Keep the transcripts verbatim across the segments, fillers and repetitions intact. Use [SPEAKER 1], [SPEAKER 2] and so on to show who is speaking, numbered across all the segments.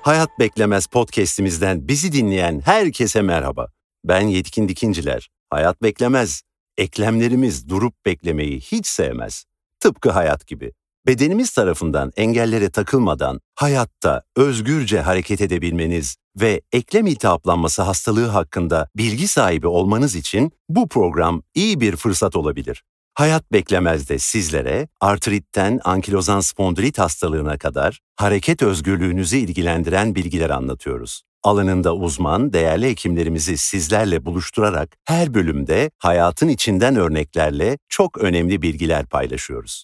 [SPEAKER 1] Hayat Beklemez podcast'imizden bizi dinleyen herkese merhaba. Ben Yetkin Dikinciler. Hayat beklemez. Eklemlerimiz durup beklemeyi hiç sevmez. Tıpkı hayat gibi. Bedenimiz tarafından engellere takılmadan hayatta özgürce hareket edebilmeniz ve eklem iltihaplanması hastalığı hakkında bilgi sahibi olmanız için bu program iyi bir fırsat olabilir. Hayat Beklemez'de sizlere artritten ankilozan spondilit hastalığına kadar hareket özgürlüğünüzü ilgilendiren bilgiler anlatıyoruz. Alanında uzman, değerli hekimlerimizi sizlerle buluşturarak her bölümde hayatın içinden örneklerle çok önemli bilgiler paylaşıyoruz.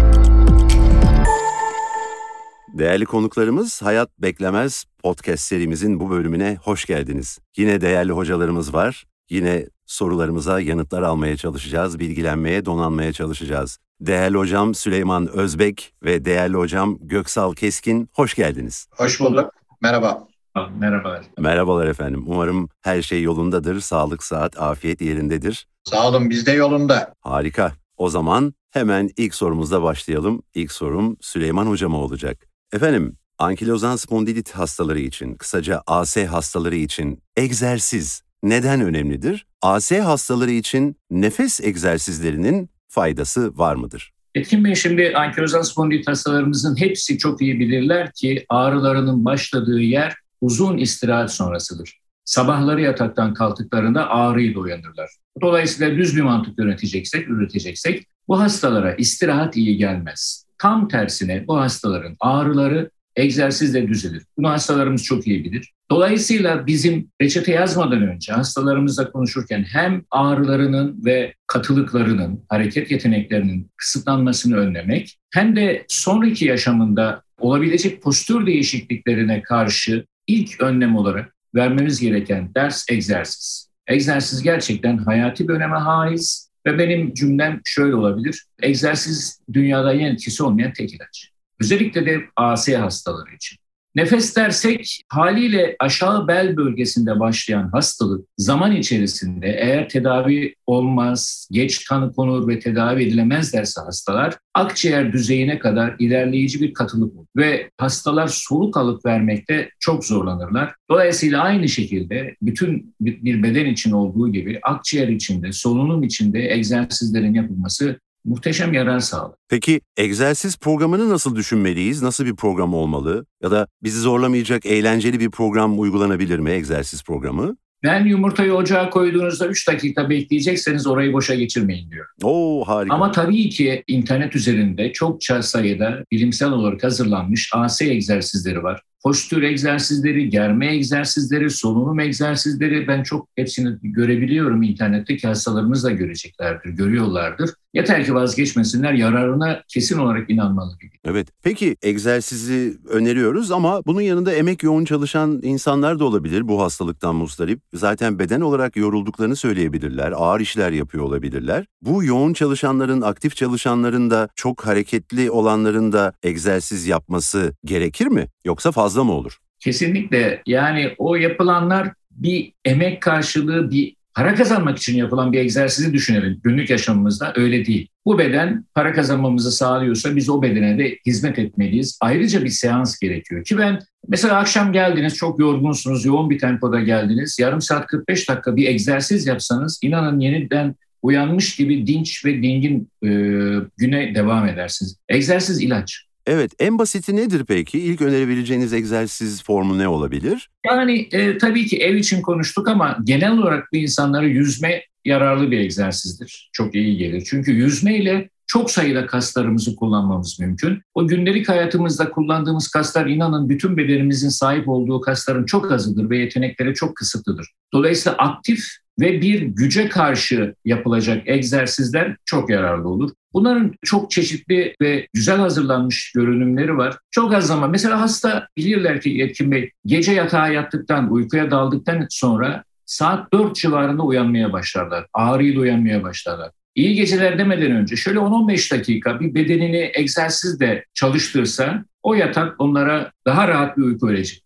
[SPEAKER 1] Değerli konuklarımız, Hayat Beklemez podcast serimizin bu bölümüne hoş geldiniz. Yine değerli hocalarımız var. Yine sorularımıza yanıtlar almaya çalışacağız, bilgilenmeye, donanmaya çalışacağız. Değerli hocam Süleyman Özbek ve değerli hocam Göksal Keskin, hoş geldiniz.
[SPEAKER 2] Hoş bulduk. Merhaba.
[SPEAKER 3] Merhaba.
[SPEAKER 1] Merhabalar efendim. Umarım her şey yolundadır, sağlık, sıhhat, afiyet yerindedir.
[SPEAKER 2] Sağ olun, biz de yolunda.
[SPEAKER 1] Harika. O zaman hemen ilk sorumuzla başlayalım. İlk sorum Süleyman hocama olacak. Efendim, ankilozan spondilit hastaları için, kısaca A S hastaları için egzersiz neden önemlidir? A S hastaları için nefes egzersizlerinin faydası var mıdır?
[SPEAKER 3] Etkin Bey, şimdi ankilozan spondilit hastalarımızın hepsi çok iyi bilirler ki ağrılarının başladığı yer uzun istirahat sonrasıdır. Sabahları yataktan kalktıklarında ağrıyla uyanırlar. Dolayısıyla düz bir mantık üreteceksek, üreteceksek bu hastalara istirahat iyi gelmez. Tam tersine bu hastaların ağrıları egzersizle düzelir. Bunu hastalarımız çok iyi bilir. Dolayısıyla bizim reçete yazmadan önce hastalarımızla konuşurken hem ağrılarının ve katılıklarının, hareket yeteneklerinin kısıtlanmasını önlemek hem de sonraki yaşamında olabilecek postür değişikliklerine karşı ilk önlem olarak vermemiz gereken ders egzersiz. Egzersiz gerçekten hayati bir öneme haiz ve benim cümlem şöyle olabilir. Egzersiz dünyada yan etkisi olmayan tek ilaç. Özellikle de A S hastaları için. Nefes dersek haliyle aşağı bel bölgesinde başlayan hastalık zaman içerisinde eğer tedavi olmaz, geç tanı konur ve tedavi edilemez derse hastalar akciğer düzeyine kadar ilerleyici bir katılık olur. Ve hastalar soluk alıp vermekte çok zorlanırlar. Dolayısıyla aynı şekilde bütün bir beden için olduğu gibi akciğer içinde, solunum içinde egzersizlerin yapılması muhteşem yarar sağlar.
[SPEAKER 1] Peki egzersiz programını nasıl düşünmeliyiz? Nasıl bir program olmalı? Ya da bizi zorlamayacak eğlenceli bir program uygulanabilir mi, egzersiz programı?
[SPEAKER 3] Ben yumurtayı ocağa koyduğunuzda üç dakika bekleyecekseniz orayı boşa geçirmeyin diyor.
[SPEAKER 1] Oo, harika.
[SPEAKER 3] Ama tabii ki internet üzerinde çokça sayıda bilimsel olarak hazırlanmış A S egzersizleri var. Postür egzersizleri, germe egzersizleri, solunum egzersizleri, ben çok hepsini görebiliyorum internette ki hastalarımız da göreceklerdir, görüyorlardır. Yeter ki vazgeçmesinler, yararına kesin olarak inanmalı gibi.
[SPEAKER 1] Evet. Peki egzersizi öneriyoruz ama bunun yanında emek yoğun çalışan insanlar da olabilir bu hastalıktan muzdarip. Zaten beden olarak yorulduklarını söyleyebilirler, ağır işler yapıyor olabilirler. Bu yoğun çalışanların, aktif çalışanların da çok hareketli olanların da egzersiz yapması gerekir mi? Yoksa fazla mı olur?
[SPEAKER 3] Kesinlikle, yani o yapılanlar bir emek karşılığı, bir para kazanmak için yapılan bir egzersizi düşünelim. Günlük yaşamımızda öyle değil. Bu beden para kazanmamızı sağlıyorsa biz o bedene de hizmet etmeliyiz. Ayrıca bir seans gerekiyor ki ben mesela akşam geldiniz, çok yorgunsunuz, yoğun bir tempoda geldiniz. Yarım saat kırk beş dakika bir egzersiz yapsanız inanın yeniden uyanmış gibi dinç ve dingin e, güne devam edersiniz. Egzersiz ilaç.
[SPEAKER 1] Evet, en basiti nedir peki? İlk önerebileceğiniz egzersiz formu ne olabilir?
[SPEAKER 3] Yani e, tabii ki ev için konuştuk ama genel olarak bu insanlara yüzme yararlı bir egzersizdir. Çok iyi gelir. Çünkü yüzmeyle çok sayıda kaslarımızı kullanmamız mümkün. O gündelik hayatımızda kullandığımız kaslar inanın bütün bedenimizin sahip olduğu kasların çok azıdır ve yetenekleri çok kısıtlıdır. Dolayısıyla aktif ve bir güce karşı yapılacak egzersizler çok yararlı olur. Bunların çok çeşitli ve güzel hazırlanmış görünümleri var. Çok az zaman mesela hasta bilirler ki Yetkin Bey, gece yatağa yattıktan, uykuya daldıktan sonra saat dört civarında uyanmaya başlarlar. Ağrıyla uyanmaya başlarlar. İyi geceler demeden önce şöyle on on beş dakika bir bedenini egzersizle çalıştırsa o yatak onlara daha rahat bir uyku verecektir.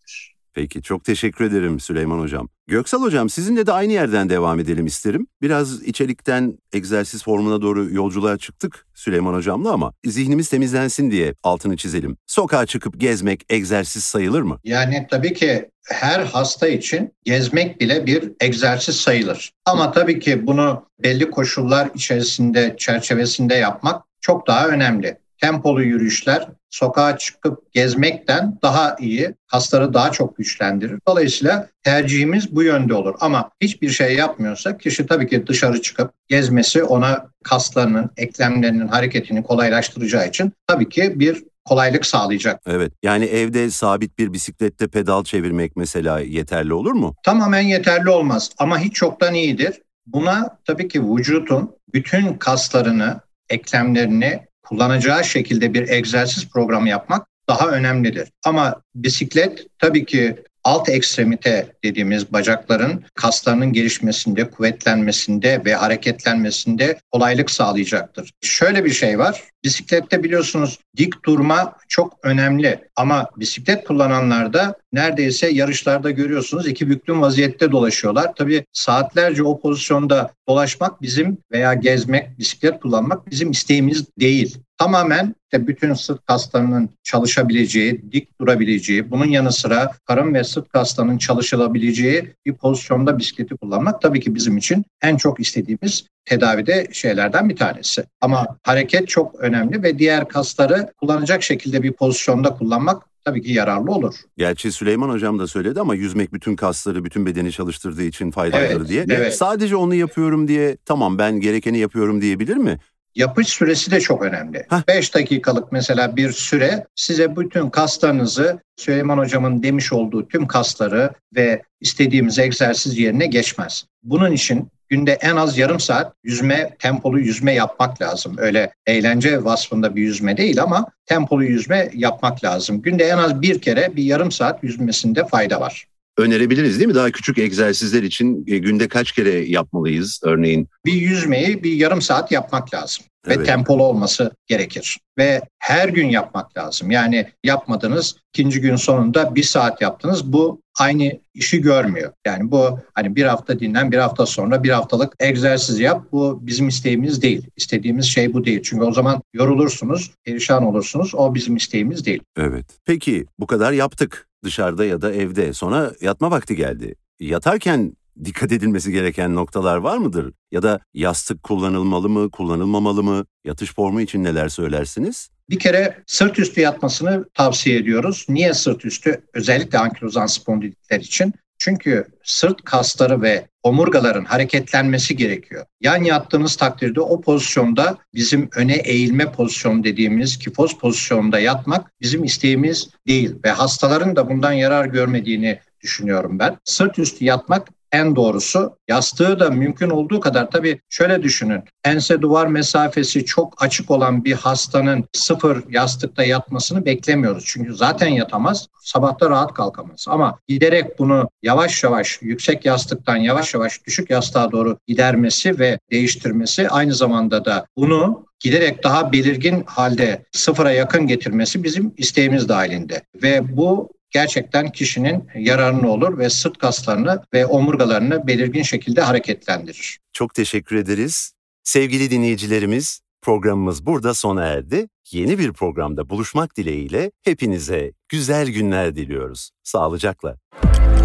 [SPEAKER 1] Peki, çok teşekkür ederim Süleyman Hocam. Göksel Hocam, sizinle de aynı yerden devam edelim isterim. Biraz içerikten egzersiz formuna doğru yolculuğa çıktık Süleyman Hocam'la ama zihnimiz temizlensin diye altını çizelim. Sokağa çıkıp gezmek egzersiz sayılır mı?
[SPEAKER 2] Yani tabii ki her hasta için gezmek bile bir egzersiz sayılır. Ama tabii ki bunu belli koşullar içerisinde, çerçevesinde yapmak çok daha önemli. Tempolu yürüyüşler sokağa çıkıp gezmekten daha iyi, kasları daha çok güçlendirir. Dolayısıyla tercihimiz bu yönde olur. Ama hiçbir şey yapmıyorsa kişi tabii ki dışarı çıkıp gezmesi ona kaslarının, eklemlerinin hareketini kolaylaştıracağı için tabii ki bir kolaylık sağlayacak.
[SPEAKER 1] Evet, yani evde sabit bir bisiklette pedal çevirmek mesela yeterli olur mu?
[SPEAKER 2] Tamamen yeterli olmaz ama hiç çoktan iyidir. Buna tabii ki vücudun bütün kaslarını, eklemlerini kullanacağı şekilde bir egzersiz programı yapmak daha önemlidir. Ama bisiklet tabii ki alt ekstremite dediğimiz bacakların kaslarının gelişmesinde, kuvvetlenmesinde ve hareketlenmesinde kolaylık sağlayacaktır. Şöyle bir şey var. Bisiklette biliyorsunuz dik durma çok önemli ama bisiklet kullananlarda neredeyse yarışlarda görüyorsunuz iki büklüm vaziyette dolaşıyorlar. Tabii saatlerce o pozisyonda dolaşmak bizim veya gezmek, bisiklet kullanmak bizim isteğimiz değil. Tamamen işte bütün sırt kaslarının çalışabileceği, dik durabileceği, bunun yanı sıra karın ve sırt kaslarının çalışılabileceği bir pozisyonda bisikleti kullanmak tabii ki bizim için en çok istediğimiz tedavide şeylerden bir tanesi. Ama hareket çok önemli ve diğer kasları kullanacak şekilde bir pozisyonda kullanmak tabii ki yararlı olur.
[SPEAKER 1] Gerçi Süleyman Hocam da söyledi ama yüzmek bütün kasları, bütün bedeni çalıştırdığı için faydalıdır
[SPEAKER 2] Evet,
[SPEAKER 1] diye.
[SPEAKER 2] evet.
[SPEAKER 1] Sadece onu yapıyorum diye tamam ben gerekeni yapıyorum diyebilir mi?
[SPEAKER 2] Yapış süresi de çok önemli. beş dakikalık mesela bir süre size bütün kaslarınızı, Süleyman Hocam'ın demiş olduğu tüm kasları ve istediğimiz egzersiz yerine geçmez. Bunun için günde en az yarım saat yüzme, tempolu yüzme yapmak lazım. Öyle eğlence vasfında bir yüzme değil ama tempolu yüzme yapmak lazım. Günde en az bir kere bir yarım saat yüzmesinde fayda var.
[SPEAKER 1] Önerebiliriz değil mi? Daha küçük egzersizler için günde kaç kere yapmalıyız örneğin?
[SPEAKER 2] Bir yüzmeyi bir yarım saat yapmak lazım.
[SPEAKER 1] Evet.
[SPEAKER 2] Ve tempolu olması gerekir. Ve her gün yapmak lazım. Yani yapmadınız, ikinci gün sonunda bir saat yaptınız. Bu aynı işi görmüyor. Yani bu hani bir hafta dinlen, bir hafta sonra bir haftalık egzersiz yap. Bu bizim isteğimiz değil. İstediğimiz şey bu değil. Çünkü o zaman yorulursunuz, perişan olursunuz. O bizim isteğimiz değil.
[SPEAKER 1] Evet. Peki bu kadar yaptık dışarıda ya da evde. Sonra yatma vakti geldi. Yatarken dikkat edilmesi gereken noktalar var mıdır? Ya da yastık kullanılmalı mı, kullanılmamalı mı? Yatış formu için neler söylersiniz?
[SPEAKER 2] Bir kere sırt üstü yatmasını tavsiye ediyoruz. Niye sırt üstü? Özellikle ankilozan spondilitler için. Çünkü sırt kasları ve omurgaların hareketlenmesi gerekiyor. Yan yattığınız takdirde o pozisyonda bizim öne eğilme pozisyonu dediğimiz kifoz pozisyonunda yatmak bizim isteğimiz değil. Ve hastaların da bundan yarar görmediğini düşünüyorum ben. Sırt üstü yatmak en doğrusu. Yastığı da mümkün olduğu kadar tabii şöyle düşünün. Ense duvar mesafesi çok açık olan bir hastanın sıfır yastıkta yatmasını beklemiyoruz. Çünkü zaten yatamaz, sabahta rahat kalkamaz. Ama giderek bunu yavaş yavaş yüksek yastıktan yavaş yavaş düşük yastığa doğru gidermesi ve değiştirmesi aynı zamanda da bunu giderek daha belirgin halde sıfıra yakın getirmesi bizim isteğimiz dahilinde. Ve bu gerçekten kişinin yararına olur ve sırt kaslarını ve omurgalarını belirgin şekilde hareketlendirir.
[SPEAKER 1] Çok teşekkür ederiz. Sevgili dinleyicilerimiz, programımız burada sona erdi. Yeni bir programda buluşmak dileğiyle hepinize güzel günler diliyoruz. Sağlıcakla.